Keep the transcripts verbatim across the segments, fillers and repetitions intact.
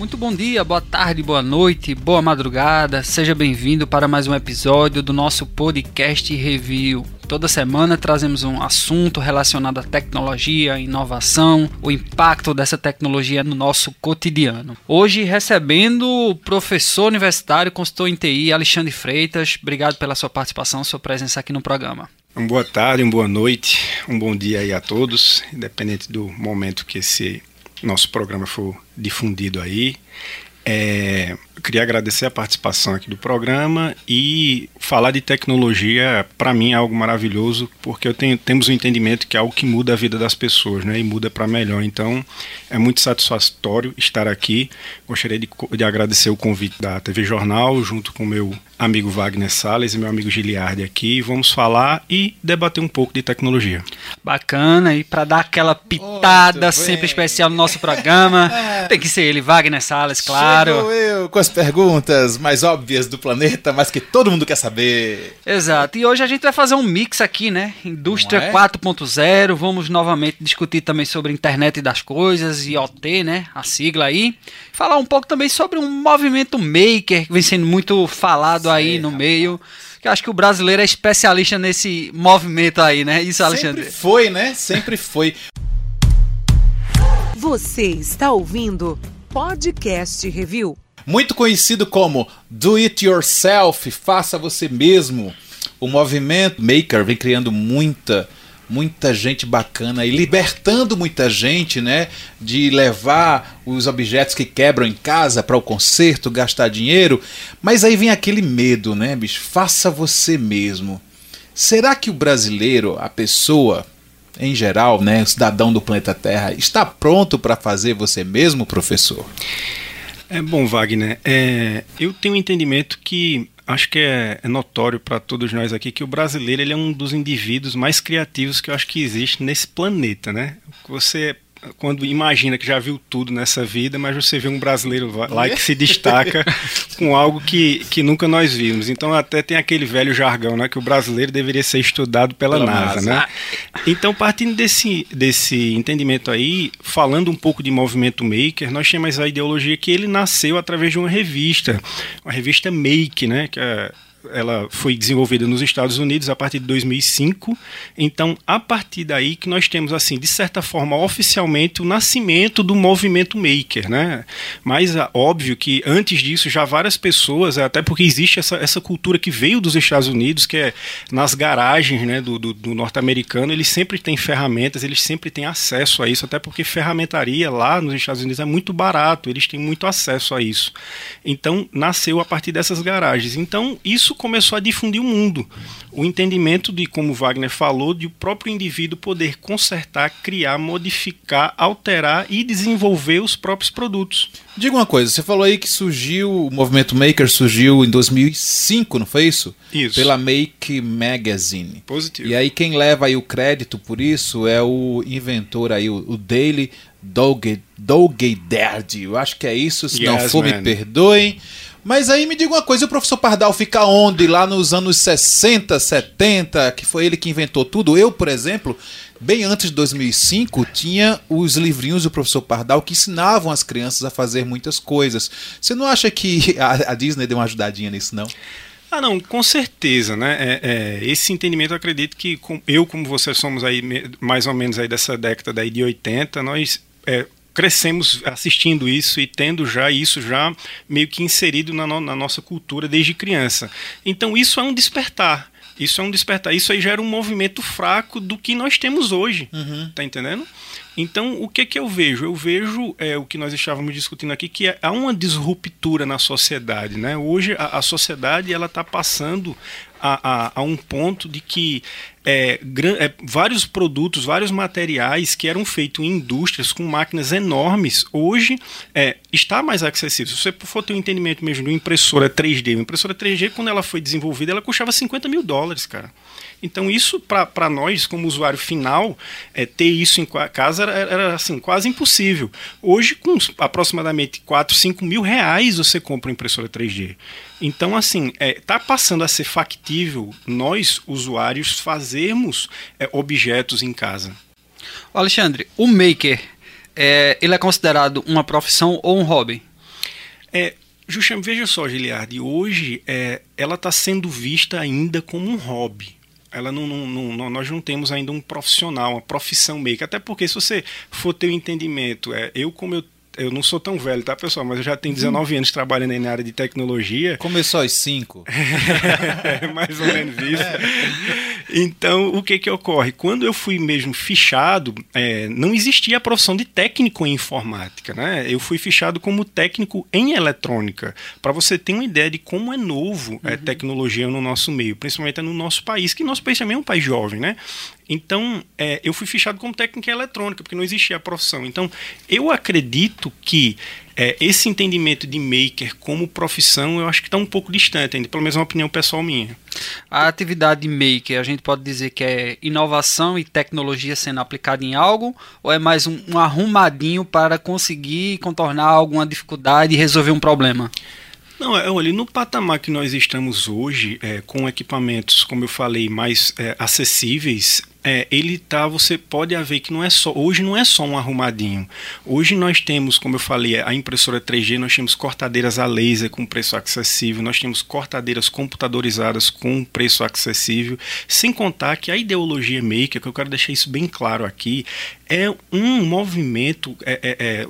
Muito bom dia, boa tarde, boa noite, boa madrugada, seja bem-vindo para mais um episódio do nosso podcast Review. Toda semana trazemos um assunto relacionado à tecnologia, inovação, o impacto dessa tecnologia no nosso cotidiano. Hoje recebendo o professor universitário, consultor em T I, Alexandre Freitas. Obrigado pela sua participação, sua presença aqui no programa. Uma boa tarde, uma boa noite, um bom dia aí a todos, independente do momento que esse nosso programa for difundido aí. É, eu queria agradecer a participação aqui do programa e falar de tecnologia, para mim, é algo maravilhoso, porque eu tenho, temos um entendimento que é algo que muda a vida das pessoas, né, e muda para melhor. Então, é muito satisfatório estar aqui. Gostaria de, de agradecer o convite da T V Jornal, junto com o meu amigo Wagner Salles e meu amigo Giliardi aqui. Vamos falar e debater um pouco de tecnologia. Bacana, e para dar aquela pitada sempre especial no nosso programa, tem que ser ele, Wagner Salles, claro. Chegou eu com as perguntas mais óbvias do planeta, mas que todo mundo quer saber. Exato, e hoje a gente vai fazer um mix aqui, né? Indústria é? quatro ponto zero, vamos novamente discutir também sobre internet das coisas, I O T, né? A sigla aí. Falar um pouco também sobre um movimento maker que vem sendo muito falado Sei, aí no rapaz. meio. Que eu acho que o brasileiro é especialista nesse movimento aí, né? Isso, Alexandre? Sempre foi, né? Sempre foi. Você está ouvindo Podcast Review. Muito conhecido como Do It Yourself, faça você mesmo. O movimento maker vem criando muita, muita gente bacana e libertando muita gente, né, de levar os objetos que quebram em casa para o conserto, gastar dinheiro. Mas aí vem aquele medo, né, bicho? Faça você mesmo. Será que o brasileiro, a pessoa em geral, né, o cidadão do planeta Terra, está pronto para fazer você mesmo, professor? É bom, Wagner. É, eu tenho um entendimento que acho que é, é notório para todos nós aqui que o brasileiro ele é um dos indivíduos mais criativos que eu acho que existe nesse planeta, né? Você, quando imagina que já viu tudo nessa vida, mas você vê um brasileiro lá que se destaca com algo que, que nunca nós vimos. Então até tem aquele velho jargão, né, que o brasileiro deveria ser estudado pela, pela NASA, NASA, né? Então, partindo desse, desse entendimento aí, falando um pouco de movimento maker, nós temos a ideologia que ele nasceu através de uma revista, uma revista Make, né, que é... ela foi desenvolvida nos Estados Unidos a partir de dois mil e cinco, então a partir daí que nós temos, assim, de certa forma, oficialmente o nascimento do movimento maker, né? Mas é óbvio que antes disso já várias pessoas, até porque existe essa, essa cultura que veio dos Estados Unidos, que é nas garagens, né, do, do, do norte-americano, eles sempre têm ferramentas, eles sempre têm acesso a isso, até porque ferramentaria lá nos Estados Unidos é muito barato, eles têm muito acesso a isso. Então nasceu a partir dessas garagens. Então isso começou a difundir o mundo. O entendimento de, como o Wagner falou, de o próprio indivíduo poder consertar, criar, modificar, alterar e desenvolver os próprios produtos. Diga uma coisa, você falou aí que surgiu, o movimento maker surgiu em dois mil e cinco, não foi isso? Isso. Pela Make Magazine. Positivo. E aí quem leva aí o crédito por isso é o inventor aí, o, o Dale Dalgaiard. Eu acho que é isso, se não for, me perdoem. Mas aí me diga uma coisa, o professor Pardal fica onde? Lá nos anos sessenta, setenta, que foi ele que inventou tudo? Eu, por exemplo, bem antes de dois mil e cinco, tinha os livrinhos do professor Pardal que ensinavam as crianças a fazer muitas coisas. Você não acha que a, a Disney deu uma ajudadinha nisso, não? Ah, não, com certeza, né? É, é, esse entendimento, eu acredito que com, eu, como você, somos aí mais ou menos aí dessa década daí de oitenta, nós... É, crescemos assistindo isso e tendo já isso já meio que inserido na, no, na nossa cultura desde criança. Então isso é um despertar. Isso é um despertar. Isso aí gera um movimento fraco do que nós temos hoje. Uhum. Tá entendendo? Então, o que que eu vejo? Eu vejo é, o que nós estávamos discutindo aqui, que é, há uma disruptura na sociedade, né? Hoje a, a sociedade ela está passando a, a, a um ponto de que é, gran, é, vários produtos, vários materiais que eram feitos em indústrias com máquinas enormes, hoje é, está mais acessível. Se você for ter um entendimento mesmo de uma impressora três D, uma impressora três D, quando ela foi desenvolvida, ela custava cinquenta mil dólares, cara. Então isso, para nós, como usuário final, é, ter isso em casa era, era assim, quase impossível. Hoje, com aproximadamente quatro, cinco mil reais, você compra uma impressora três D. Então, assim, está é, tá passando a ser factível nós, usuários, fazermos é, objetos em casa. Alexandre, o maker, é, ele é considerado uma profissão ou um hobby? É, justamente, veja só, Giliardi, hoje é, ela está sendo vista ainda como um hobby. Ela não, não, não, nós não temos ainda um profissional, uma profissão maker. Até porque, se você for ter o um entendimento, é, eu como eu Eu não sou tão velho, tá, pessoal? Mas eu já tenho dezenove anos trabalhando aí na área de tecnologia. Começou aos cinco. É, mais ou menos isso. Então, o que que ocorre? Quando eu fui mesmo fichado, é, não existia a profissão de técnico em informática, né? Eu fui fichado como técnico em eletrônica. Para você ter uma ideia de como é novo a uhum. tecnologia no nosso meio, principalmente no nosso país, que nosso país também é um país jovem, né? Então, é, eu fui fichado como técnico em eletrônica, porque não existia a profissão. Então, eu acredito que é, esse entendimento de maker como profissão, eu acho que está um pouco distante ainda, pelo menos é uma opinião pessoal minha. A atividade maker, a gente pode dizer que é inovação e tecnologia sendo aplicada em algo, ou é mais um, um arrumadinho para conseguir contornar alguma dificuldade e resolver um problema? Não, olha, no patamar que nós estamos hoje, é, com equipamentos, como eu falei, mais é, acessíveis, é, ele tá, você pode ver que não é só, hoje não é só um arrumadinho. Hoje nós temos, como eu falei, a impressora três G, nós temos cortadeiras a laser com preço acessível, nós temos cortadeiras computadorizadas com preço acessível, sem contar que a ideologia maker, que eu quero deixar isso bem claro aqui, é um movimento, é, é, é,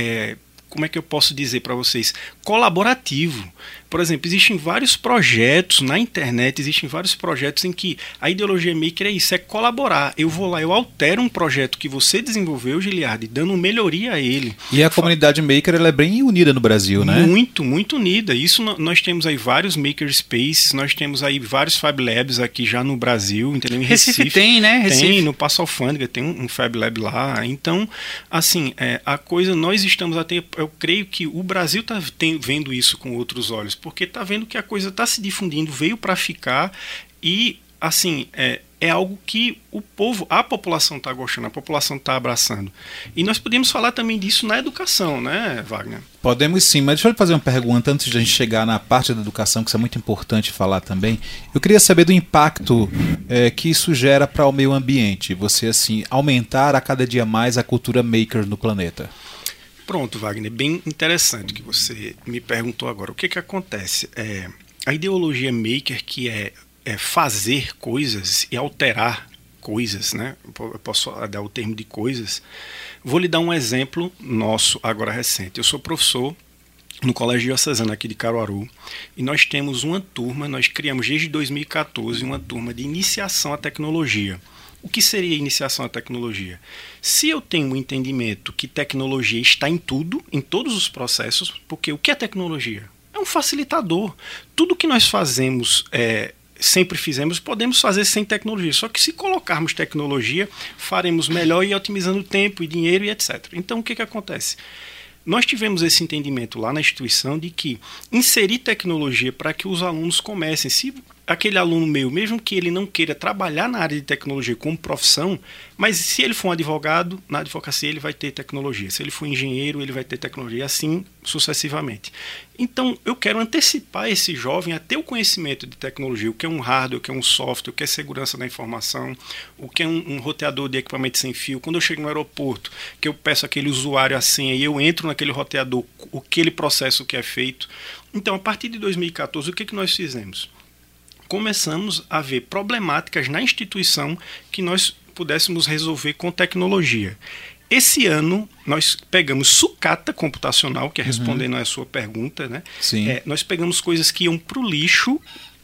é como é que eu posso dizer para vocês, colaborativo. Por exemplo, existem vários projetos na internet, existem vários projetos em que a ideologia maker é isso, é colaborar. Eu vou lá, eu altero um projeto que você desenvolveu, Giliardi, dando melhoria a ele. E a comunidade maker ela é bem unida no Brasil, né? Muito, muito unida. Isso nós temos aí vários makerspaces, nós temos aí vários Fab Labs aqui já no Brasil, entendeu? Em Recife, Recife tem, né? Recife. Tem, no Passo Alfândega tem um, um Fab Lab lá. Então, assim, é, a coisa, nós estamos até, eu creio que o Brasil está vendo isso com outros olhos, porque está vendo que a coisa está se difundindo, veio para ficar e, assim, é, é algo que o povo, a população está gostando, a população está abraçando. E nós podemos falar também disso na educação, né, Wagner? Podemos sim, mas deixa eu fazer uma pergunta antes de a gente chegar na parte da educação, que isso é muito importante falar também. Eu queria saber do impacto é, que isso gera para o meio ambiente, você, assim, aumentar a cada dia mais a cultura maker no planeta. Pronto, Wagner, bem interessante que você me perguntou agora. O que que acontece? É, a ideologia maker, que é, é fazer coisas e alterar coisas, né? Eu posso dar o termo de coisas. Vou lhe dar um exemplo nosso agora recente. Eu sou professor no Colégio Diocesano aqui de Caruaru e nós temos uma turma, nós criamos desde dois mil e quatorze uma turma de iniciação à tecnologia. O que seria iniciação à tecnologia? Se eu tenho um entendimento que tecnologia está em tudo, em todos os processos, porque o que é tecnologia? É um facilitador. Tudo que nós fazemos, é, sempre fizemos, podemos fazer sem tecnologia. Só que se colocarmos tecnologia, faremos melhor e otimizando tempo e dinheiro e etcétera. Então, o que que acontece? Nós tivemos esse entendimento lá na instituição de que inserir tecnologia para que os alunos comecem, se aquele aluno meu, mesmo que ele não queira trabalhar na área de tecnologia como profissão, mas se ele for um advogado, na advocacia ele vai ter tecnologia. Se ele for engenheiro, ele vai ter tecnologia, assim sucessivamente. Então, eu quero antecipar esse jovem a ter o conhecimento de tecnologia, o que é um hardware, o que é um software, o que é segurança da informação, o que é um, um roteador de equipamento sem fio. Quando eu chego no aeroporto, que eu peço aquele usuário a senha e eu entro naquele roteador, aquele processo que é feito. Então, a partir de dois mil e quatorze, o que, que nós fizemos? Começamos a ver problemáticas na instituição que nós pudéssemos resolver com tecnologia. Esse ano, nós pegamos sucata computacional, que é respondendo uhum. à sua pergunta, né? Sim. É, nós pegamos coisas que iam para o lixo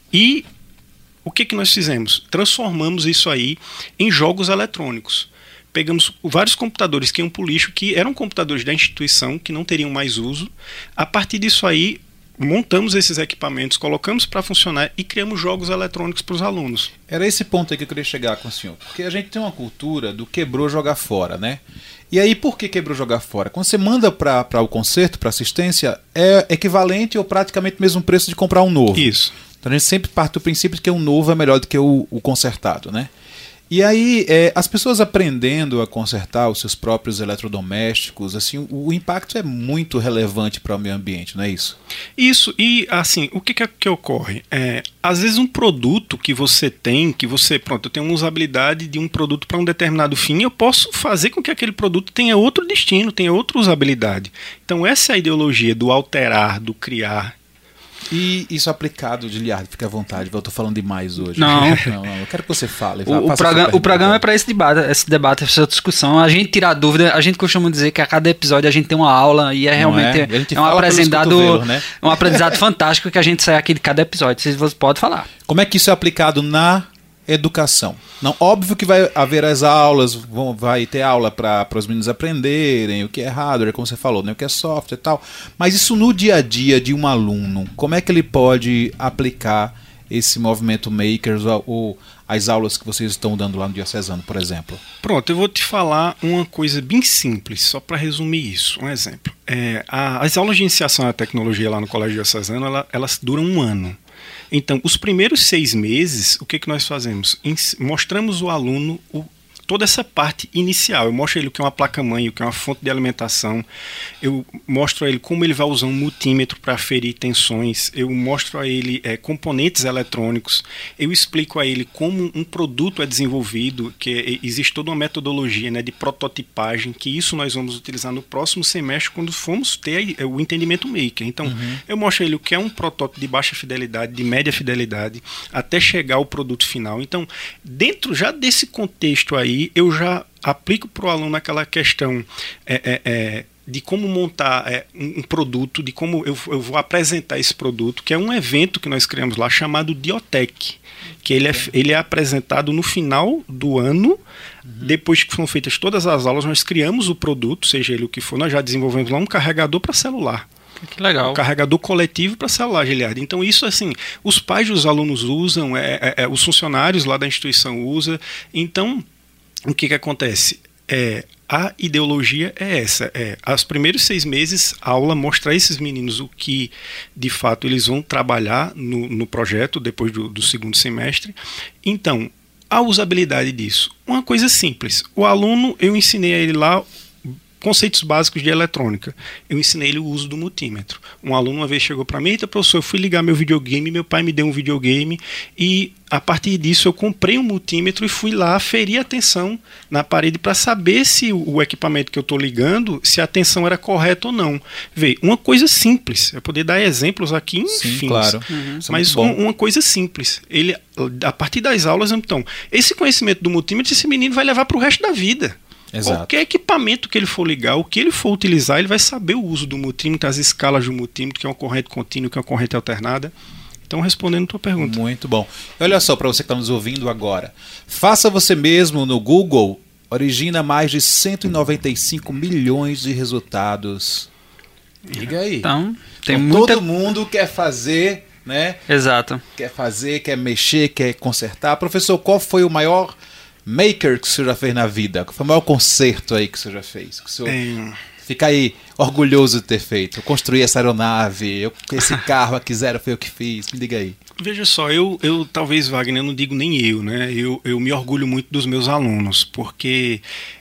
e o que, que nós fizemos? Transformamos isso aí em jogos eletrônicos. Pegamos vários computadores que iam para o lixo, que eram computadores da instituição, que não teriam mais uso. A partir disso aí, montamos esses equipamentos, colocamos para funcionar e criamos jogos eletrônicos para os alunos. Era esse ponto aí que eu queria chegar com o senhor. Porque a gente tem uma cultura do quebrou, jogar fora, né? E aí, por que quebrou, jogar fora? Quando você manda para o conserto, para assistência, é equivalente ou praticamente o mesmo preço de comprar um novo. Isso. Então a gente sempre parte do princípio de que um novo é melhor do que o, o consertado, né? E aí, é, as pessoas aprendendo a consertar os seus próprios eletrodomésticos, assim, o, o impacto é muito relevante para o meio ambiente, não é isso? Isso, e assim, o que que, é que ocorre? É, às vezes um produto que você tem, que você, pronto, eu tenho uma usabilidade de um produto para um determinado fim, eu posso fazer com que aquele produto tenha outro destino, tenha outra usabilidade. Então essa é a ideologia do alterar, do criar. E isso aplicado, Giliardo, fica à vontade, eu estou falando demais hoje. Não. não, não, eu quero que você fale. O, o, programa, o programa é para esse debate, esse debate, essa discussão. A gente tira a dúvida, a gente costuma dizer que a cada episódio a gente tem uma aula e é realmente é? é um aprendizado, né? um aprendizado fantástico que a gente sai aqui de cada episódio. Você pode falar. Como é que isso é aplicado na educação? Não, óbvio que vai haver as aulas, vão, vai ter aula para os meninos aprenderem o que é hardware, como você falou, né, o que é software e tal. Mas isso no dia a dia de um aluno, como é que ele pode aplicar esse movimento Makers ou, ou as aulas que vocês estão dando lá no Diocesano, por exemplo? Pronto, eu vou te falar uma coisa bem simples, só para resumir isso. Um exemplo. É, a, as aulas de iniciação à tecnologia lá no Colégio Diocesano, ela, elas duram um ano. Então, os primeiros seis meses, o que, que nós fazemos? Mostramos o aluno o, toda essa parte inicial. Eu mostro a ele o que é uma placa-mãe, o que é uma fonte de alimentação. Eu mostro a ele como ele vai usar um multímetro para aferir tensões. Eu mostro a ele é, componentes eletrônicos. Eu explico a ele como um produto é desenvolvido, que é, existe toda uma metodologia, né, de prototipagem, que isso nós vamos utilizar no próximo semestre quando formos ter a, o entendimento maker. Então, uhum. eu mostro a ele o que é um protótipo de baixa fidelidade, de média fidelidade, até chegar ao produto final. Então, dentro já desse contexto aí, eu já aplico para o aluno aquela questão é, é, é, de como montar é, um, um produto, de como eu, eu vou apresentar esse produto, que é um evento que nós criamos lá chamado Diotech, que ele é, ele é apresentado no final do ano. Uhum. Depois que foram feitas todas as aulas, nós criamos o produto, seja ele o que for, nós já desenvolvemos lá um carregador para celular. Que legal. Um carregador coletivo para celular, Giliardo. Então isso, assim, os pais dos alunos usam, é, é, é, os funcionários lá da instituição usam. Então, o que que acontece? É, a ideologia é essa. É, aos primeiros seis meses, a aula mostra a esses meninos o que, de fato, eles vão trabalhar no, no projeto depois do, do segundo semestre. Então, a usabilidade disso. Uma coisa simples. O aluno, eu ensinei a ele lá conceitos básicos de eletrônica. Eu ensinei ele o uso do multímetro. Um aluno uma vez chegou para mim, eita, professor, eu fui ligar meu videogame, meu pai me deu um videogame e a partir disso eu comprei um multímetro e fui lá aferir a tensão na parede para saber se o equipamento que eu estou ligando, se a tensão era correta ou não. Vê, uma coisa simples, eu poder dar exemplos aqui, enfim. Sim, claro. Uhum. Mas um, uma coisa simples. Ele, a partir das aulas, então, esse conhecimento do multímetro, esse menino vai levar para o resto da vida. Exato. Qualquer equipamento que ele for ligar, o que ele for utilizar, ele vai saber o uso do multímetro, as escalas do multímetro, que é uma corrente contínua, que é uma corrente alternada. Então, respondendo a tua pergunta. Muito bom. Olha só, para você que está nos ouvindo agora. Faça você mesmo no Google, origina mais de cento e noventa e cinco milhões de resultados. Liga aí. Então, tem então, muita... todo mundo quer fazer, né? Exato. Quer fazer, quer mexer, quer consertar. Professor, qual foi o maior maker que o senhor já fez na vida? Qual foi o maior concerto aí que o senhor já fez? Que o senhor é... fica aí orgulhoso de ter feito. Eu construí essa aeronave, eu, esse carro aqui zero foi eu que fiz. Me diga aí. Veja só, eu, eu talvez, Wagner, eu não digo nem eu, né? Eu, eu me orgulho muito dos meus alunos, porque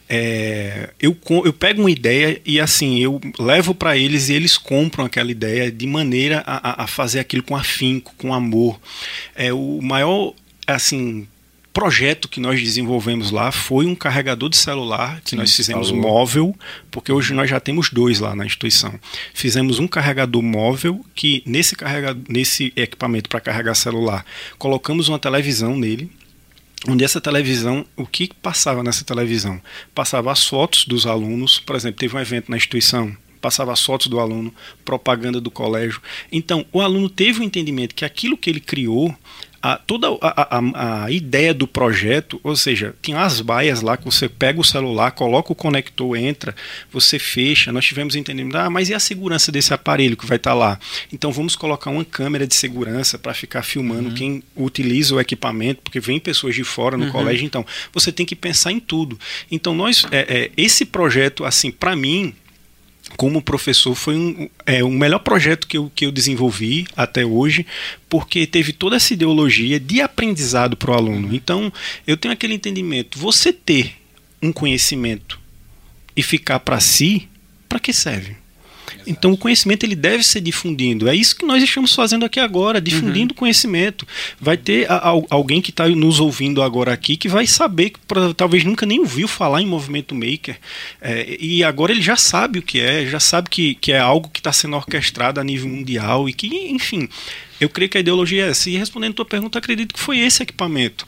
é, eu, eu pego uma ideia e assim, eu levo para eles e eles compram aquela ideia de maneira a, a fazer aquilo com afinco, com amor. É, o maior, assim... projeto que nós desenvolvemos lá foi um carregador de celular que Sim, nós fizemos falou. móvel, porque hoje nós já temos dois lá na instituição. Fizemos um carregador móvel que nesse, carregador, nesse equipamento para carregar celular colocamos uma televisão nele, onde essa televisão, o que passava nessa televisão? Passava as fotos dos alunos, por exemplo, teve um evento na instituição, passava as fotos do aluno, propaganda do colégio. Então, o aluno teve o entendimento que aquilo que ele criou, A, toda a, a, a ideia do projeto, ou seja, tinha as baias lá que você pega o celular, coloca o conector, entra, você fecha. Nós tivemos entendimento, ah, mas e a segurança desse aparelho que vai estar lá? Então vamos colocar uma câmera de segurança para ficar filmando uhum. quem utiliza o equipamento, porque vem pessoas de fora no uhum. colégio, então você tem que pensar em tudo. Então nós, é, é, esse projeto, assim, para mim, como professor, foi um, é, o melhor projeto que eu, que eu desenvolvi até hoje, porque teve toda essa ideologia de aprendizado para o aluno. Então, eu tenho aquele entendimento, você ter um conhecimento e ficar para si, para que serve? Então o conhecimento ele deve ser difundido. É isso que nós estamos fazendo aqui agora, difundindo o uhum. conhecimento. Vai ter a, a, alguém que está nos ouvindo agora aqui que vai saber, que pra, talvez nunca nem ouviu falar em movimento maker, é, e agora ele já sabe o que é, já sabe que, que é algo que está sendo orquestrado a nível mundial e que, enfim, eu creio que a ideologia é essa. E respondendo a tua pergunta, acredito que foi esse equipamento.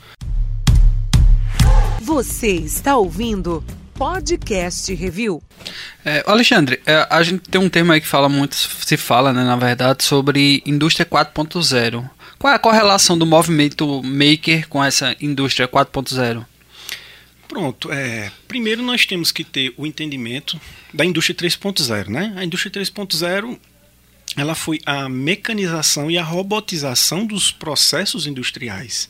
Você está ouvindo Podcast Review. É, Alexandre, é, a gente tem um termo aí que fala muito, se fala, né, na verdade, sobre indústria quatro ponto zero. Qual é a correlação do movimento maker com essa indústria quatro ponto zero? Pronto, é, primeiro nós temos que ter o entendimento da indústria três ponto zero, né? A indústria três ponto zero, ela foi a mecanização e a robotização dos processos industriais.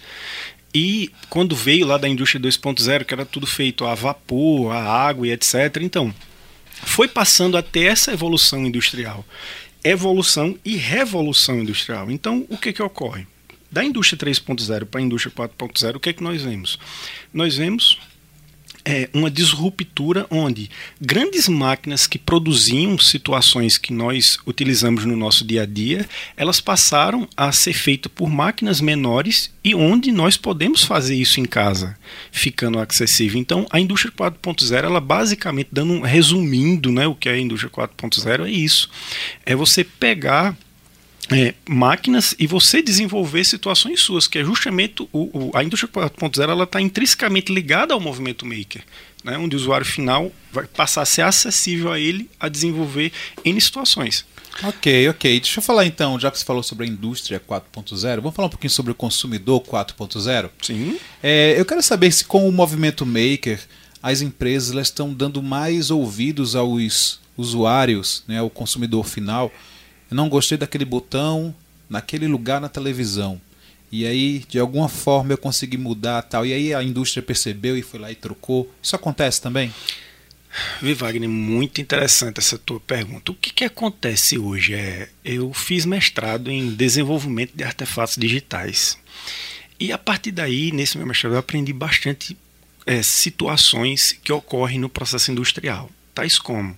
E quando veio lá da indústria dois ponto zero, que era tudo feito a vapor, a água e etcétera, então foi passando até essa evolução industrial. Evolução e revolução industrial. Então, o que que ocorre? Da indústria três ponto zero para a indústria quatro ponto zero, o que é que nós vemos? Nós vemos é, uma disruptura onde grandes máquinas que produziam situações que nós utilizamos no nosso dia a dia, elas passaram a ser feitas por máquinas menores e onde nós podemos fazer isso em casa, ficando acessível. Então, a indústria quatro ponto zero, ela basicamente, dando um, resumindo, né, o que é a indústria quatro ponto zero, é isso. É você pegar É, máquinas e você desenvolver situações suas, que é justamente o, o, a indústria quatro ponto zero, ela está intrinsecamente ligada ao movimento maker, né, onde o usuário final vai passar a ser acessível a ele a desenvolver N situações. Ok, ok. Deixa eu falar então, já que você falou sobre a indústria quatro ponto zero, vamos falar um pouquinho sobre o consumidor quatro ponto zero? Sim. É, eu quero saber se com o movimento maker as empresas elas estão dando mais ouvidos aos usuários, né, ao consumidor final. Eu não gostei daquele botão naquele lugar na televisão. E aí, de alguma forma, eu consegui mudar tal. E aí a indústria percebeu e foi lá e trocou. Isso acontece também? Vê, Wagner, muito interessante essa tua pergunta. O que, que acontece hoje? É, eu fiz mestrado em desenvolvimento de artefatos digitais. E a partir daí, nesse meu mestrado, eu aprendi bastante é, situações que ocorrem no processo industrial. Tais como...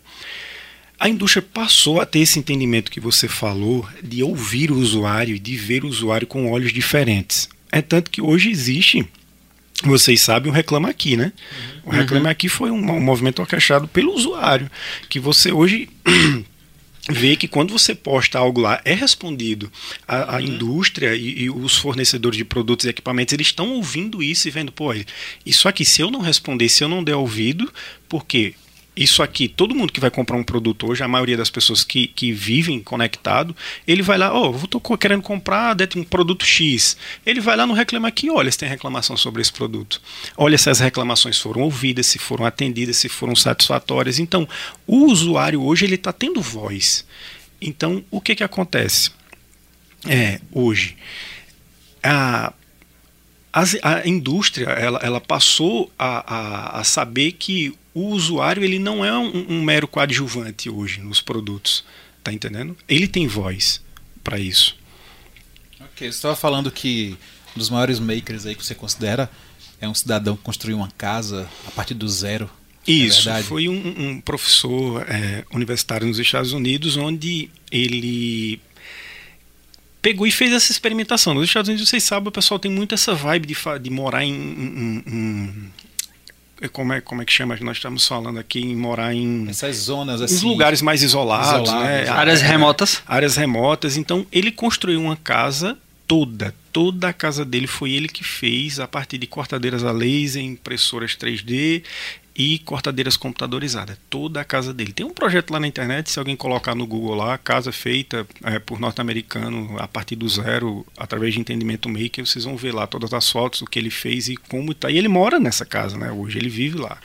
A indústria passou a ter esse entendimento que você falou de ouvir o usuário e de ver o usuário com olhos diferentes. É tanto que hoje existe, vocês sabem, o Reclama Aqui, né? O Reclama Aqui foi um, um movimento orquestrado pelo usuário, que você hoje vê que quando você posta algo lá, é respondido. A, a uhum. indústria e, e os fornecedores de produtos e equipamentos, eles estão ouvindo isso e vendo, pô, isso aqui, se eu não responder, se eu não der ouvido, por quê? Isso aqui, todo mundo que vai comprar um produto hoje, a maioria das pessoas que, que vivem conectado, ele vai lá, ó, oh, eu estou querendo comprar um produto X. Ele vai lá no Reclama Aqui, olha se tem reclamação sobre esse produto. Olha se as reclamações foram ouvidas, se foram atendidas, se foram satisfatórias. Então, o usuário hoje, ele está tendo voz. Então, o que que acontece? É, hoje, a... a indústria ela, ela passou a, a, a saber que o usuário ele não é um, um mero coadjuvante hoje nos produtos, tá entendendo? Ele tem voz para isso. Ok, você estava falando que um dos maiores makers aí que você considera é um cidadão que construiu uma casa a partir do zero. Isso, é foi um, um professor é, universitário nos Estados Unidos, onde ele pegou e fez essa experimentação. Nos Estados Unidos, vocês sabem, o pessoal tem muito essa vibe de, de morar em, em, em como é, como é que chama? Nós estamos falando aqui em morar em essas zonas assim, uns lugares mais isolados, isolados, né? áreas remotas. Áreas remotas. Então ele construiu uma casa toda, toda a casa dele foi ele que fez a partir de cortadeiras a laser, impressoras três D e cortadeiras computadorizadas. Toda a casa dele. Tem um projeto lá na internet, se alguém colocar no Google lá, casa feita é, por norte-americano a partir do zero, através de entendimento maker, vocês vão ver lá todas as fotos, o que ele fez e como está. E ele mora nessa casa, né? Hoje ele vive lá.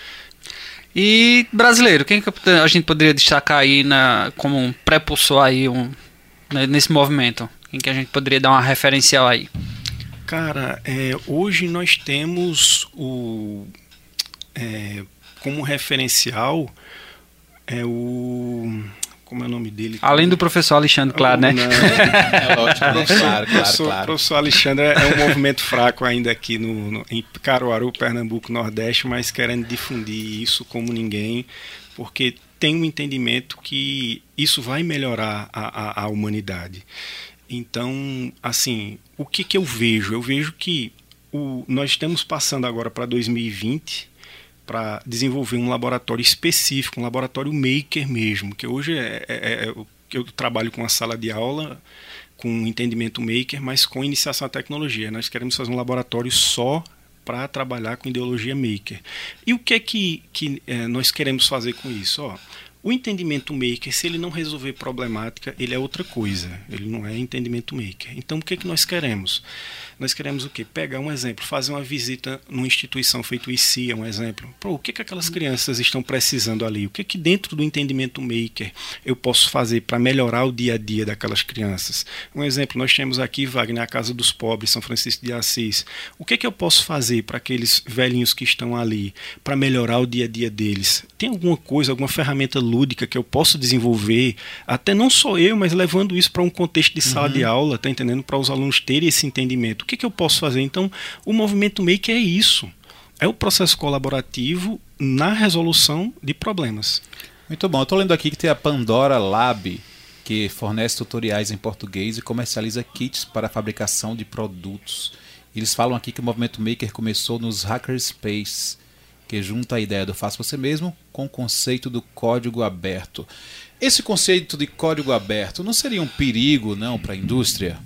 E brasileiro, quem que a gente poderia destacar aí na, como um prepulsor aí um, né, nesse movimento? Quem que a gente poderia dar uma referencial aí? Cara, é, hoje nós temos o... É, como referencial É o... Como é o nome dele? Além do professor Alexandre, claro, né? Não, É lógico, né? Claro, claro, professor, claro. professor Alexandre é um movimento fraco ainda aqui no, no, em Caruaru, Pernambuco, Nordeste, mas querendo difundir isso como ninguém, porque tem um entendimento que isso vai melhorar a, a, a humanidade. Então, assim, o que, que eu vejo? Eu vejo que o, nós estamos passando agora para dois mil e vinte para desenvolver um laboratório específico, um laboratório maker mesmo, que hoje é, é, é eu trabalho com a sala de aula com entendimento maker, mas com iniciação à tecnologia. Nós queremos fazer um laboratório só para trabalhar com ideologia maker. E o que é que, que é, nós queremos fazer com isso? Ó, o entendimento maker, se ele não resolver problemática, ele é outra coisa. Ele não é entendimento maker. Então, o que é que nós queremos? Nós queremos o quê? Pegar um exemplo, fazer uma visita numa instituição feito o I C I, é um exemplo. Pô, o que é que aquelas crianças estão precisando ali? O que é que dentro do entendimento maker eu posso fazer para melhorar o dia a dia daquelas crianças? Um exemplo, nós temos aqui, Wagner, a Casa dos Pobres, São Francisco de Assis. O que é que eu posso fazer para aqueles velhinhos que estão ali, para melhorar o dia a dia deles? Tem alguma coisa, alguma ferramenta lúdica que eu posso desenvolver, até não só eu, mas levando isso para um contexto de sala uhum. de aula, tá entendendo? Para os alunos terem esse entendimento. O que é que eu posso fazer? Então, o movimento maker é isso. É o processo colaborativo na resolução de problemas. Muito bom. Eu estou lendo aqui que tem a Pandora Lab, que fornece tutoriais em português e comercializa kits para a fabricação de produtos. Eles falam aqui que o movimento maker começou nos hackerspace, que junta a ideia do faça você mesmo com o conceito do código aberto. Esse conceito de código aberto não seria um perigo, não, para a indústria?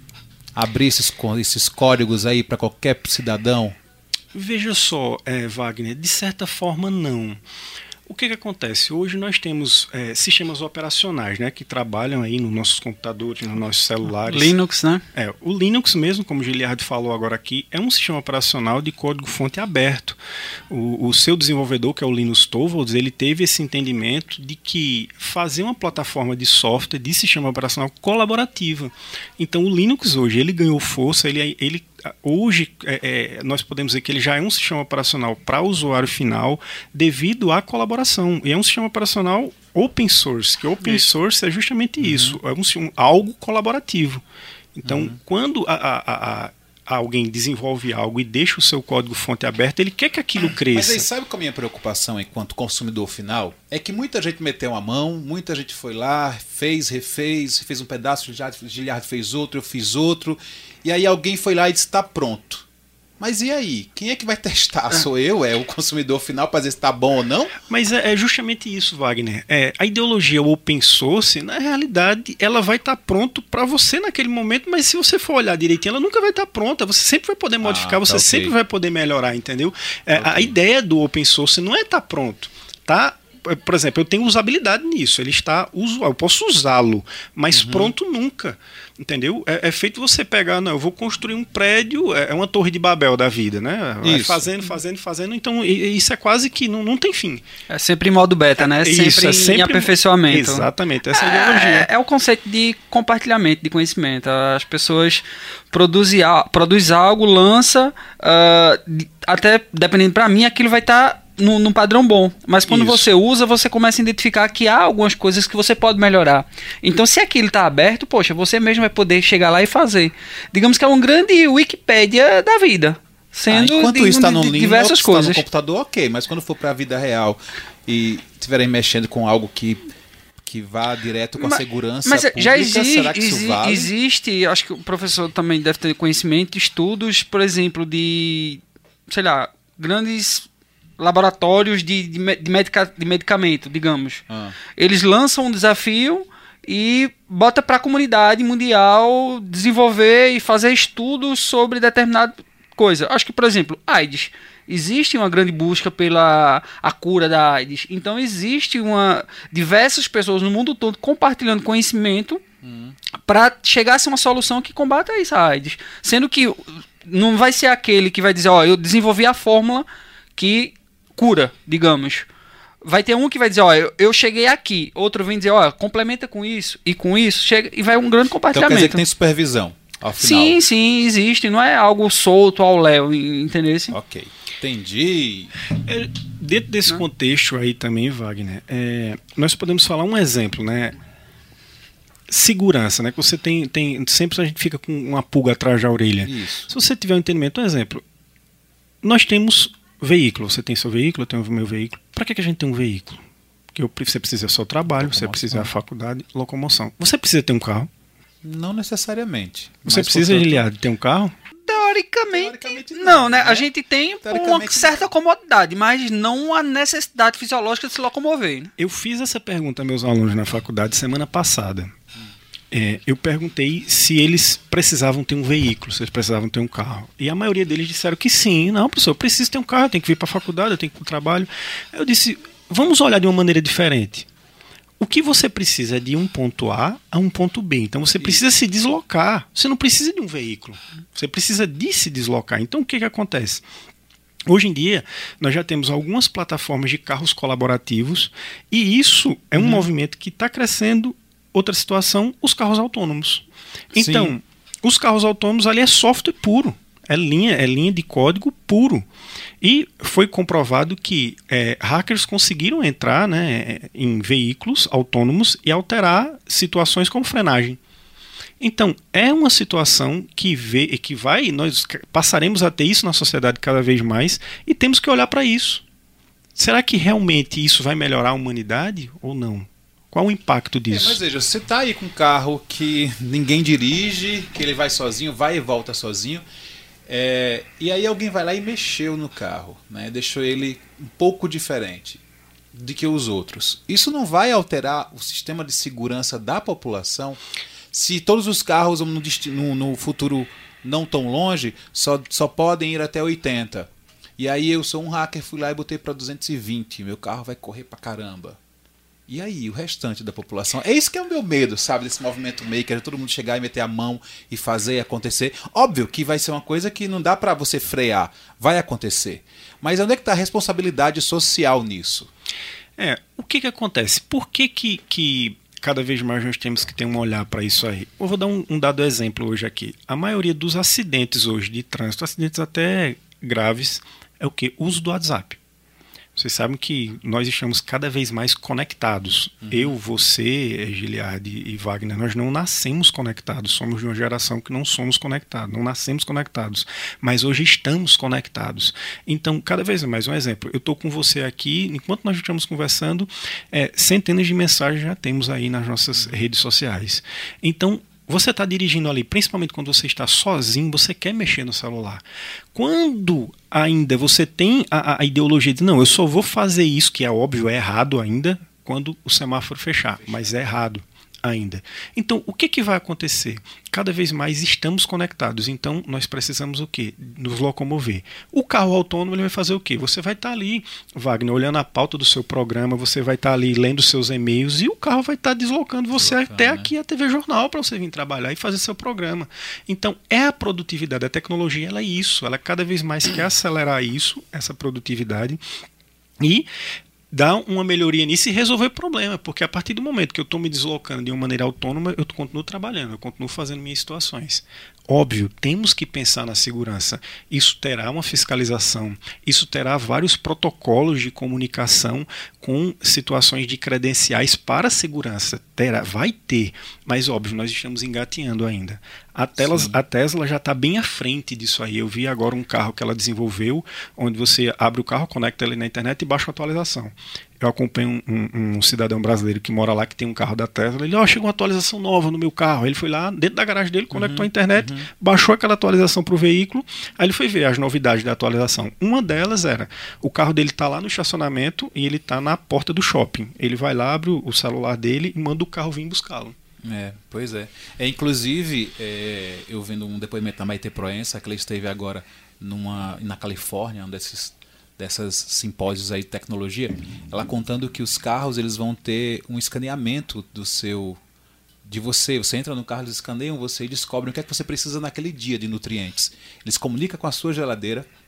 Abrir esses, esses códigos aí para qualquer cidadão? Veja só, é, Wagner, de certa forma não. O que, que acontece? Hoje nós temos é, sistemas operacionais, né, que trabalham aí nos nossos computadores, nos nossos celulares. Linux, né? É, o Linux mesmo, como o Giliardo falou agora aqui, é um sistema operacional de código-fonte aberto. O, o seu desenvolvedor, que é o Linus Torvalds, ele teve esse entendimento de que fazer uma plataforma de software, de sistema operacional colaborativa. Então o Linux hoje, ele ganhou força, ele, ele hoje é, é, nós podemos dizer que ele já é um sistema operacional para o usuário final devido à colaboração. E é um sistema operacional open source, que open source é justamente uhum. isso, é um, um, algo colaborativo. Então, uhum. quando a, a, a, a alguém desenvolve algo e deixa o seu código-fonte aberto, ele quer que aquilo cresça. Mas aí sabe qual é a minha preocupação enquanto consumidor final? É que muita gente meteu a mão, muita gente foi lá, fez, refez, fez um pedaço, o Giliardo fez outro, eu fiz outro, e aí alguém foi lá e disse, está pronto. Mas e aí? Quem é que vai testar? Sou eu? É o consumidor final para dizer se está bom ou não? Mas é, é justamente isso, Wagner. É, a ideologia open source, na realidade, ela vai estar tá pronto para você naquele momento, mas se você for olhar direitinho, ela nunca vai estar tá pronta. Você sempre vai poder modificar, ah, tá você okay. sempre vai poder melhorar, entendeu? É, okay. A ideia do open source não é estar tá pronto, tá? Por exemplo, eu tenho usabilidade nisso, ele está usual, eu posso usá-lo, mas uhum. pronto nunca, entendeu? É, é feito você pegar, não, eu vou construir um prédio, é uma torre de Babel da vida, né? Vai isso. fazendo, fazendo, fazendo, então isso é quase que não, não tem fim. É sempre em modo beta, né? Sempre, isso, é sempre em aperfeiçoamento. Exatamente, essa é a é, ideologia. É o conceito de compartilhamento de conhecimento. As pessoas produzem, produzem algo, lança, uh, até dependendo para mim, aquilo vai estar tá No, no padrão bom, mas quando Isso. você usa, você começa a identificar que há algumas coisas que você pode melhorar. Então, se aquilo está aberto, poxa, você mesmo vai poder chegar lá e fazer. Digamos que é um grande Wikipédia da vida, sendo ah, enquanto de, isso está no de, Linux, diversas coisas. Tá no computador, ok, mas quando for para a vida real e estiverem mexendo com algo que que vá direto com a mas, segurança mas pública, já existe, será que isso exi, vale? Existe, acho que o professor também deve ter conhecimento, estudos, por exemplo, de, sei lá, grandes laboratórios de, de, de, medica, de medicamento, digamos. Ah. Eles lançam um desafio e bota para a comunidade mundial desenvolver e fazer estudos sobre determinada coisa. Acho que, por exemplo, AIDS. Existe uma grande busca pela a cura da AIDS. Então, existe uma, diversas pessoas no mundo todo compartilhando conhecimento hum. para chegar a ser uma solução que combata isso, a AIDS. Sendo que não vai ser aquele que vai dizer, ó, eu desenvolvi a fórmula que cura, digamos. Vai ter um que vai dizer, ó, eu, eu cheguei aqui. Outro vem dizer, ó, complementa com isso e com isso, chega e vai um grande compartilhamento. Então quer dizer que tem supervisão, ao final. Sim, sim, existe. Não é algo solto ao léu, entendeu? Ok. Entendi. É, dentro desse contexto aí também, Wagner, é, nós podemos falar um exemplo, né? Segurança, né? Que você tem, tem. Sempre a gente fica com uma pulga atrás da orelha. Isso. Se você tiver um entendimento, um exemplo. Nós temos veículo. Você tem seu veículo, eu tenho o meu veículo. Para que, que a gente tem um veículo? Porque eu, você precisa do seu trabalho, locomoção. Você precisa da faculdade, locomoção. Você precisa ter um carro? Não necessariamente. Você precisa, Giliard, de ter um carro? Teoricamente, Teoricamente não, não, né? né? A gente tem uma certa não. comodidade, mas não a necessidade fisiológica de se locomover. Né? Eu fiz essa pergunta a meus alunos na faculdade semana passada. É, eu perguntei se eles precisavam ter um veículo, se eles precisavam ter um carro. E a maioria deles disseram que sim. Não, professor, eu preciso ter um carro, eu tenho que vir para a faculdade, eu tenho que ir para o trabalho. Eu disse, vamos olhar de uma maneira diferente. O que você precisa é de um ponto A a um ponto B. Então você precisa se deslocar. Você não precisa de um veículo. Você precisa de se deslocar. Então o que, que acontece? Hoje em dia, nós já temos algumas plataformas de carros colaborativos e isso é um uhum. movimento que está crescendo. Outra situação, os carros autônomos. Então, Sim. os carros autônomos ali é software puro. É linha, é linha de código puro. E foi comprovado que é, hackers conseguiram entrar, né, em veículos autônomos e alterar situações como frenagem. Então, é uma situação que, vê, que vai, nós passaremos a ter isso na sociedade cada vez mais e temos que olhar para isso. Será que realmente isso vai melhorar a humanidade ou não? Qual o impacto disso? É, mas veja, você está aí com um carro que ninguém dirige, que ele vai sozinho, vai e volta sozinho, é, e aí alguém vai lá e mexeu no carro, né, deixou ele um pouco diferente do que os outros. Isso não vai alterar o sistema de segurança da população? Se todos os carros no, no, no futuro não tão longe só, só podem ir até oitenta, e aí eu sou um hacker, fui lá e botei para duzentos e vinte, meu carro vai correr pra caramba. E aí, o restante da população? É isso que é o meu medo, sabe? Desse movimento maker, de todo mundo chegar e meter a mão e fazer acontecer. Óbvio que vai ser uma coisa que não dá pra você frear. Vai acontecer. Mas onde é que está a responsabilidade social nisso? É, o que que acontece? Por que que, que cada vez mais nós temos que ter um olhar para isso aí? Eu vou dar um, um dado exemplo hoje aqui. A maioria dos acidentes hoje de trânsito, acidentes até graves, é o quê? O uso do WhatsApp. Vocês sabem que nós estamos cada vez mais conectados. Uhum. Eu, você, Giliard e Wagner, nós não nascemos conectados. Somos de uma geração que não somos conectados, não nascemos conectados. Mas hoje estamos conectados. Então, cada vez mais, um exemplo. Eu estou com você aqui, enquanto nós estamos conversando, é, centenas de mensagens já temos aí nas nossas uhum. redes sociais. Então, você está dirigindo ali, principalmente quando você está sozinho, você quer mexer no celular. Quando ainda você tem a, a ideologia de, não, eu só vou fazer isso, que é óbvio, é errado ainda, quando o semáforo fechar, mas é errado ainda. Então, o que, que vai acontecer? Cada vez mais estamos conectados, então nós precisamos o quê? Nos locomover. O carro autônomo ele vai fazer o quê? Você vai estar ali, Wagner, olhando a pauta do seu programa, você vai estar ali lendo seus e-mails e o carro vai estar deslocando você Deslocando, até né? aqui a T V Jornal para você vir trabalhar e fazer seu programa. Então, é a produtividade, a tecnologia ela é isso, ela cada vez mais quer acelerar isso, essa produtividade e dar uma melhoria nisso e resolver o problema, porque a partir do momento que eu estou me deslocando de uma maneira autônoma, eu continuo trabalhando, eu continuo fazendo minhas situações. Óbvio, temos que pensar na segurança. Isso terá uma fiscalização, isso terá vários protocolos de comunicação com situações de credenciais para a segurança. Terá, vai ter, mas óbvio, nós estamos engateando ainda. A, telas, a Tesla já está bem à frente disso aí. Eu vi agora um carro que ela desenvolveu, onde você abre o carro, conecta ele na internet e baixa a atualização. Eu acompanho um, um, um cidadão brasileiro que mora lá, que tem um carro da Tesla. Ele, ó, oh, chegou uma atualização nova no meu carro. Ele foi lá, dentro da garagem dele, conectou uhum, a internet, uhum. baixou aquela atualização para o veículo. Aí ele foi ver as novidades da atualização. Uma delas era, o carro dele está lá no estacionamento e ele está na porta do shopping. Ele vai lá, abre o celular dele e manda o carro vir buscá-lo. É, pois é. é inclusive, é, eu vendo um depoimento da Maite Proença, que ela esteve agora numa, na Califórnia, um desses dessas simpósios aí de tecnologia, ela contando que os carros eles vão ter um escaneamento do seu, de você. Você entra no carro, eles escaneiam você e descobrem o que é que você precisa naquele dia de nutrientes. Eles comunicam com a sua geladeira,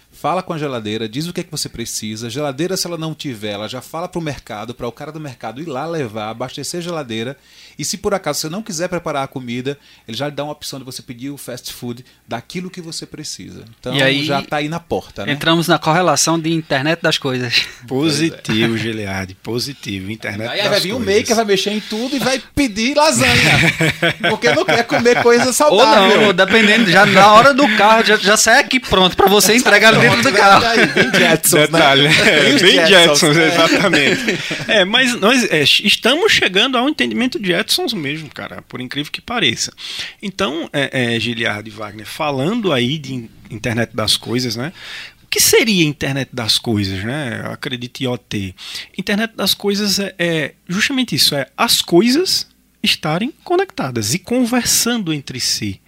fala com a geladeira, diz o que é que você precisa. A geladeira, se ela não tiver, ela já fala para o mercado, para o cara do mercado ir lá levar, abastecer a geladeira. E se por acaso você não quiser preparar a comida, ele já lhe dá uma opção de você pedir o fast food daquilo que você precisa. Então e aí, já está aí na porta, né? Entramos na correlação de internet das coisas. Positivo, é. Gilead, positivo. Internet aí das vai vir coisas. um maker, vai mexer em tudo e vai pedir lasanha. Porque não quer comer coisa saudável. Ou não, ou dependendo, já na hora do carro, já, já sai aqui pronto para você entregar ali dentro do carro. Aí, bem Jetsons, Detalhe, né? é, bem Jetsons, Jetsons, é. exatamente. É, mas nós é, estamos chegando ao entendimento de Jetsons mesmo, cara, por incrível que pareça. Então, é, é, Giliardo e Wagner, falando aí de internet das coisas, né? O que seria internet das coisas, né? Eu acredito em I O T. Internet das coisas é, é justamente isso, é as coisas estarem conectadas e conversando entre si.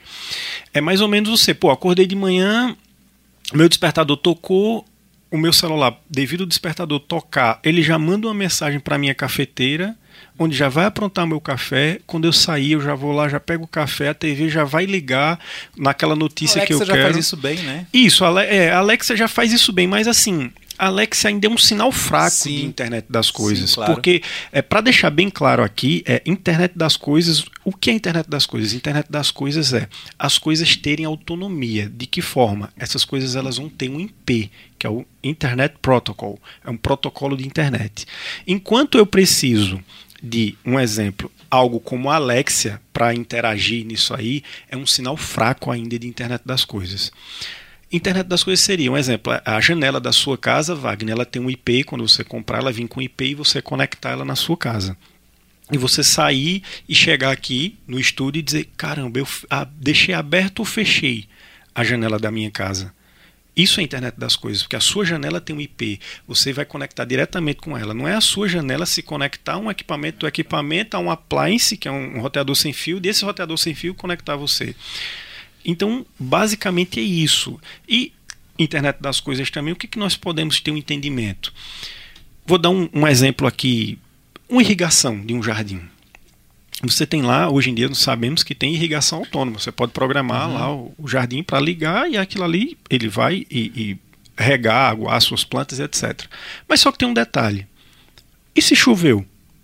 É mais ou menos você, pô, acordei de manhã, meu despertador tocou, o meu celular, devido ao despertador tocar, ele já manda uma mensagem para minha cafeteira, onde já vai aprontar meu café. Quando eu sair, eu já vou lá, já pego o café, a T V já vai ligar naquela notícia Alexa que eu já quero. faz isso bem, né? Isso, a é, a Alexa já faz isso bem, mas assim, a Alexa ainda é um sinal fraco Sim. de internet das coisas. Sim, claro. Porque, é, para deixar bem claro aqui, é internet das coisas. O que é internet das coisas? Internet das coisas é as coisas terem autonomia. De que forma? Essas coisas elas vão ter um I P, que é o Internet Protocol. É um protocolo de internet. Enquanto eu preciso de, um exemplo, algo como a Alexia para interagir nisso aí, é um sinal fraco ainda de internet das coisas. Internet das coisas seria, um exemplo, a janela da sua casa, Wagner, ela tem um I P, quando você comprar, ela vem com I P e você conectar ela na sua casa. E você sair e chegar aqui no estúdio e dizer, caramba, eu ah, deixei aberto ou fechei a janela da minha casa. Isso é a internet das coisas, porque a sua janela tem um I P, você vai conectar diretamente com ela. Não é a sua janela se conectar a um equipamento do equipamento, a um appliance, que é um roteador sem fio, e desse roteador sem fio conectar você. Então, basicamente é isso. E internet das coisas também, o que, que nós podemos ter um entendimento? Vou dar um, um exemplo aqui, uma irrigação de um jardim. Você tem lá, hoje em dia nós sabemos que tem irrigação autônoma. Você pode programar uhum. lá o, o jardim para ligar e aquilo ali ele vai e, e regar, aguar as suas plantas, etcétera. Mas só que tem um detalhe. E se choveu?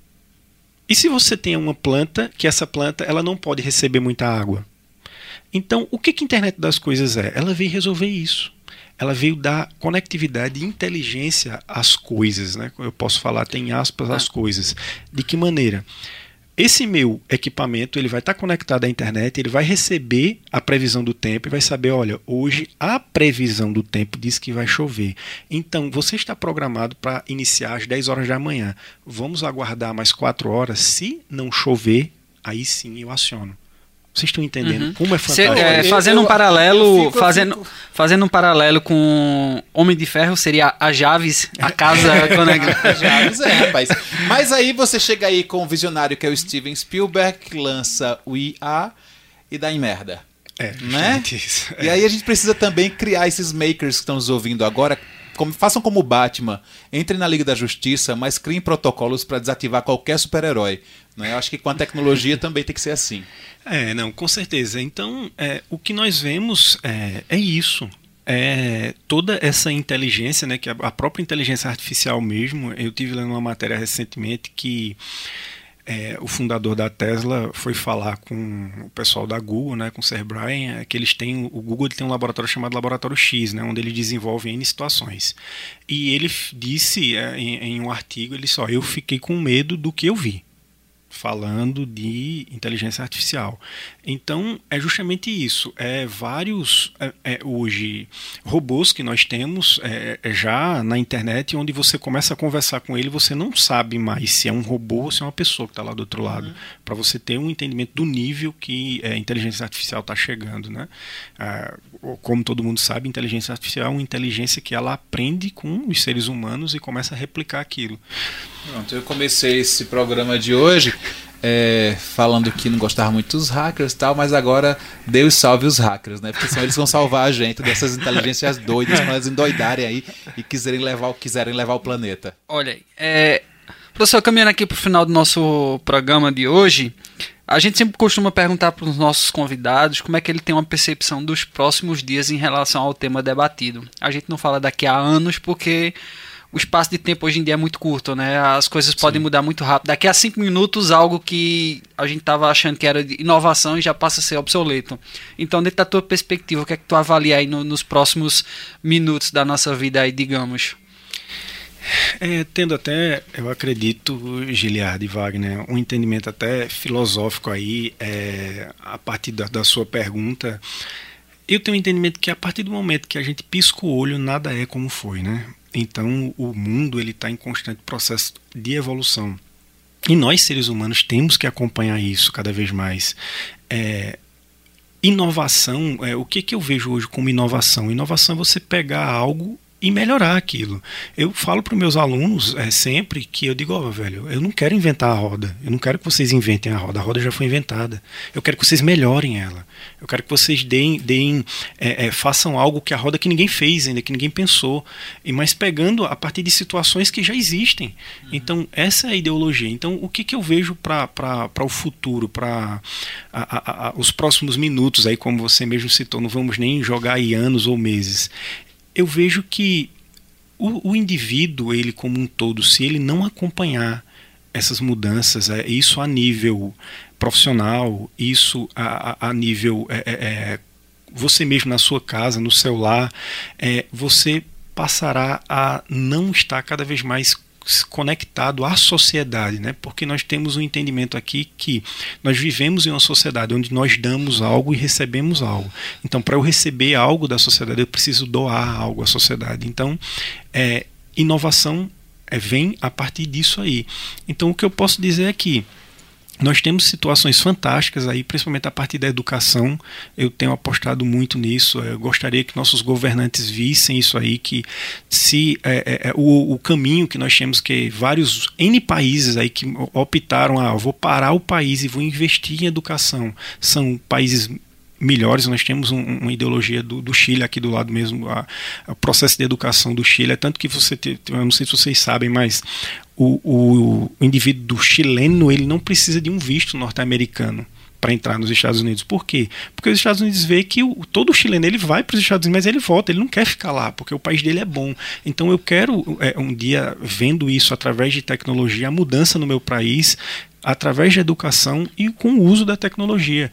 E se você tem uma planta que essa planta ela não pode receber muita água? Então, o que, que a internet das coisas é? Ela veio resolver isso. Ela veio dar conectividade e inteligência às coisas, né? Eu posso falar, tem aspas, às coisas. De que maneira? Esse meu equipamento ele vai estar conectado à internet, ele vai receber a previsão do tempo e vai saber, olha, hoje a previsão do tempo diz que vai chover. Então, você está programado para iniciar às dez horas da manhã. Vamos aguardar mais quatro horas. Se não chover, aí sim eu aciono. Vocês estão entendendo uhum. como é fantástico? Cê, é, fazendo, eu, um paralelo, eu fico, fazendo, fico... fazendo um paralelo com Homem de Ferro, seria a Javes, a casa... A Javes é, rapaz. Mas aí você chega aí com o visionário que é o Steven Spielberg, que lança o I A e dá em merda. É, né? Isso. E aí a gente precisa também criar esses makers que estão nos ouvindo agora. Como, façam como o Batman, entrem na Liga da Justiça, mas criem protocolos para desativar qualquer super-herói. Né? Eu acho que com a tecnologia também tem que ser assim. É, não, com certeza. Então, é, o que nós vemos é, é isso. É toda essa inteligência, né, que a, a própria inteligência artificial mesmo. Eu tive lendo uma matéria recentemente que É, o fundador da Tesla foi falar com o pessoal da Google, né, com o Sir Brian, é, que eles têm, o Google ele tem um laboratório chamado Laboratório X, né, onde ele desenvolve N situações. E ele disse é, em, em um artigo, ele só, eu fiquei com medo do que eu vi, falando de inteligência artificial. Então, é justamente isso. É vários, é, é, hoje, robôs que nós temos é, é já na internet, onde você começa a conversar com ele, você não sabe mais se é um robô ou se é uma pessoa que está lá do outro lado, uhum. para você ter um entendimento do nível que a inteligência artificial está chegando. Né? Ah, como todo mundo sabe, inteligência artificial é uma inteligência que ela aprende com os seres humanos e começa a replicar aquilo. Pronto, eu comecei esse programa de hoje é, falando que não gostava muito dos hackers e tal, mas agora Deus salve os hackers, né? Porque senão eles vão salvar a gente dessas inteligências doidas quando elas endoidarem aí e quiserem levar, quiserem levar o planeta. Olha aí, é, professor, caminhando aqui para o final do nosso programa de hoje, A gente sempre costuma perguntar para os nossos convidados como é que ele tem uma percepção dos próximos dias em relação ao tema debatido. A gente não fala daqui a anos porque o espaço de tempo hoje em dia é muito curto, né? As coisas Sim. podem mudar muito rápido. Daqui a cinco minutos, algo que a gente estava achando que era de inovação já passa a ser obsoleto. Então, dentro da tua perspectiva, o que é que tu avalia aí no, nos próximos minutos da nossa vida aí, digamos? É, tendo até, eu acredito, Giliard e Wagner, um entendimento até filosófico aí, é, a partir da, da sua pergunta, eu tenho um entendimento que a partir do momento que a gente pisca o olho, nada é como foi, né? Então o mundo ele está em constante processo de evolução. E nós, seres humanos, temos que acompanhar isso cada vez mais. É, inovação, é, o que, que eu vejo hoje como inovação? Inovação é você pegar algo e melhorar aquilo. Eu falo para os meus alunos é, sempre que eu digo, ó, oh, velho, eu não quero inventar a roda, eu não quero que vocês inventem a roda, a roda já foi inventada, eu quero que vocês melhorem ela, eu quero que vocês deem, deem é, é, façam algo que a roda que ninguém fez ainda, que ninguém pensou, e mas pegando a partir de situações que já existem. Uhum. Então essa é a ideologia. Então o que, que eu vejo para o futuro, para os próximos minutos, aí como você mesmo citou, não vamos nem jogar aí anos ou meses. Eu vejo que o, o indivíduo, ele como um todo, se ele não acompanhar essas mudanças, é, isso a nível profissional, isso a, a, a nível é, é, você mesmo na sua casa, no seu lar, é, você passará a não estar cada vez mais conectado à sociedade, né? Porque nós temos um entendimento aqui que nós vivemos em uma sociedade onde nós damos algo e recebemos algo. Então, para eu receber algo da sociedade, eu preciso doar algo à sociedade. Então, é, inovação é, vem a partir disso aí. Então, o que eu posso dizer é que nós temos situações fantásticas aí, principalmente a partir da educação. Eu tenho apostado muito nisso. Eu gostaria que nossos governantes vissem isso aí, que se é, é, o, o caminho que nós temos, que vários N países aí que optaram, ah, eu vou parar o país e vou investir em educação, são países melhores. Nós temos um, uma ideologia do, do Chile aqui do lado mesmo, a, a processo de educação do Chile, é tanto que você, te, eu não sei se vocês sabem, mas o, o, o indivíduo do chileno, ele não precisa de um visto norte-americano para entrar nos Estados Unidos. Por quê? Porque os Estados Unidos vê que o, todo chileno ele vai para os Estados Unidos, mas ele volta, ele não quer ficar lá, porque o país dele é bom. Então eu quero é, um dia, vendo isso através de tecnologia, a mudança no meu país, através da educação e com o uso da tecnologia.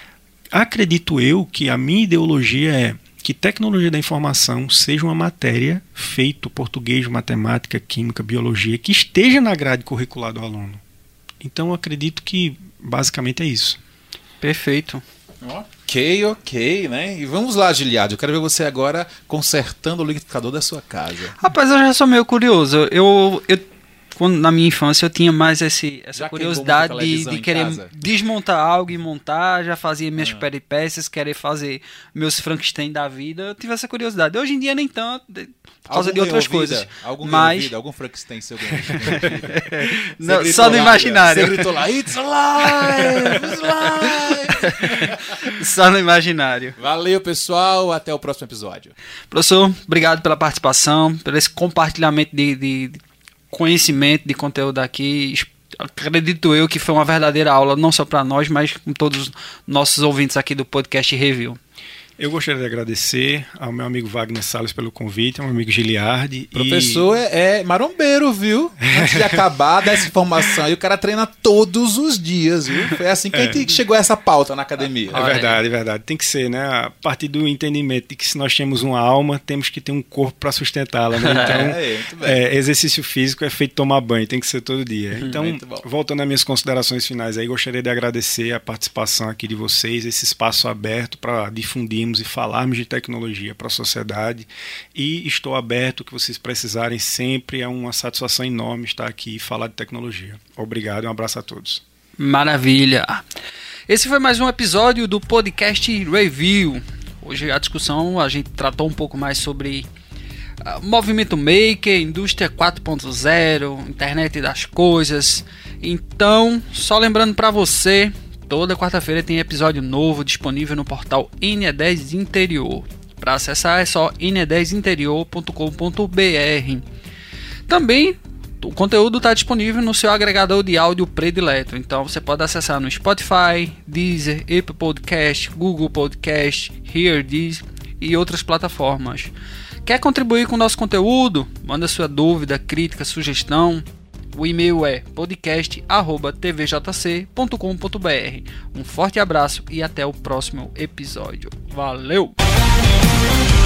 Acredito eu que a minha ideologia é que tecnologia da informação seja uma matéria feita português, matemática, química, biologia, que esteja na grade curricular do aluno. Então eu acredito que basicamente é isso. Perfeito. Ok, ok, né? E vamos lá, Giliard, eu quero ver você agora consertando o liquidificador da sua casa. Rapaz, eu já sou meio curioso. Eu... eu... Quando, na minha infância eu tinha mais esse, essa já curiosidade de, de querer casa? desmontar algo e montar, já fazia minhas ah. peripécias, querer fazer meus Frankenstein da vida, eu tive essa curiosidade. Hoje em dia nem tanto, por causa algum de outras coisas. Algum mas... vida, algum Frankenstein seu Não, só no lá, imaginário. Você gritou lá, it's alive, it's alive. Só no imaginário. Valeu, pessoal, até o próximo episódio. Professor, obrigado pela participação, pelo esse compartilhamento de, de, de conhecimento, de conteúdo aqui. Acredito eu que foi uma verdadeira aula, não só para nós, mas com todos os nossos ouvintes aqui do Podcast Review. Eu gostaria de agradecer ao meu amigo Wagner Salles pelo convite, ao meu amigo Giliard. O professor e... é, é marombeiro, viu? Antes de acabar dessa informação aí, o cara treina todos os dias, viu? Foi assim que é. a gente chegou a essa pauta na academia. É verdade, é verdade. Tem que ser, né? A partir do entendimento de que se nós temos uma alma, temos que ter um corpo para sustentá-la, né? Então, é, é, exercício físico é feito tomar banho, tem que ser todo dia. Então, voltando às minhas considerações finais aí, gostaria de agradecer a participação aqui de vocês, esse espaço aberto para difundirmos e falarmos de tecnologia para a sociedade, e estou aberto, o que vocês precisarem sempre, é uma satisfação enorme estar aqui e falar de tecnologia. Obrigado e um abraço a todos. Maravilha! Esse foi mais um episódio do Podcast Review. Hoje a discussão, a gente tratou um pouco mais sobre uh, movimento maker, indústria quatro ponto zero, internet das coisas. Então, só lembrando para você, toda quarta-feira tem episódio novo disponível no portal N E dez Interior. Para acessar é só n e dez interior ponto com ponto b r. Também O conteúdo está disponível no seu agregador de áudio predileto, então você pode acessar no Spotify, Deezer, Apple Podcast, Google Podcast, Here This e outras plataformas. Quer contribuir com o nosso conteúdo? Manda sua dúvida, crítica, sugestão. O e-mail é podcast arroba t v j c ponto com ponto b r. Um forte abraço e até o próximo episódio. Valeu!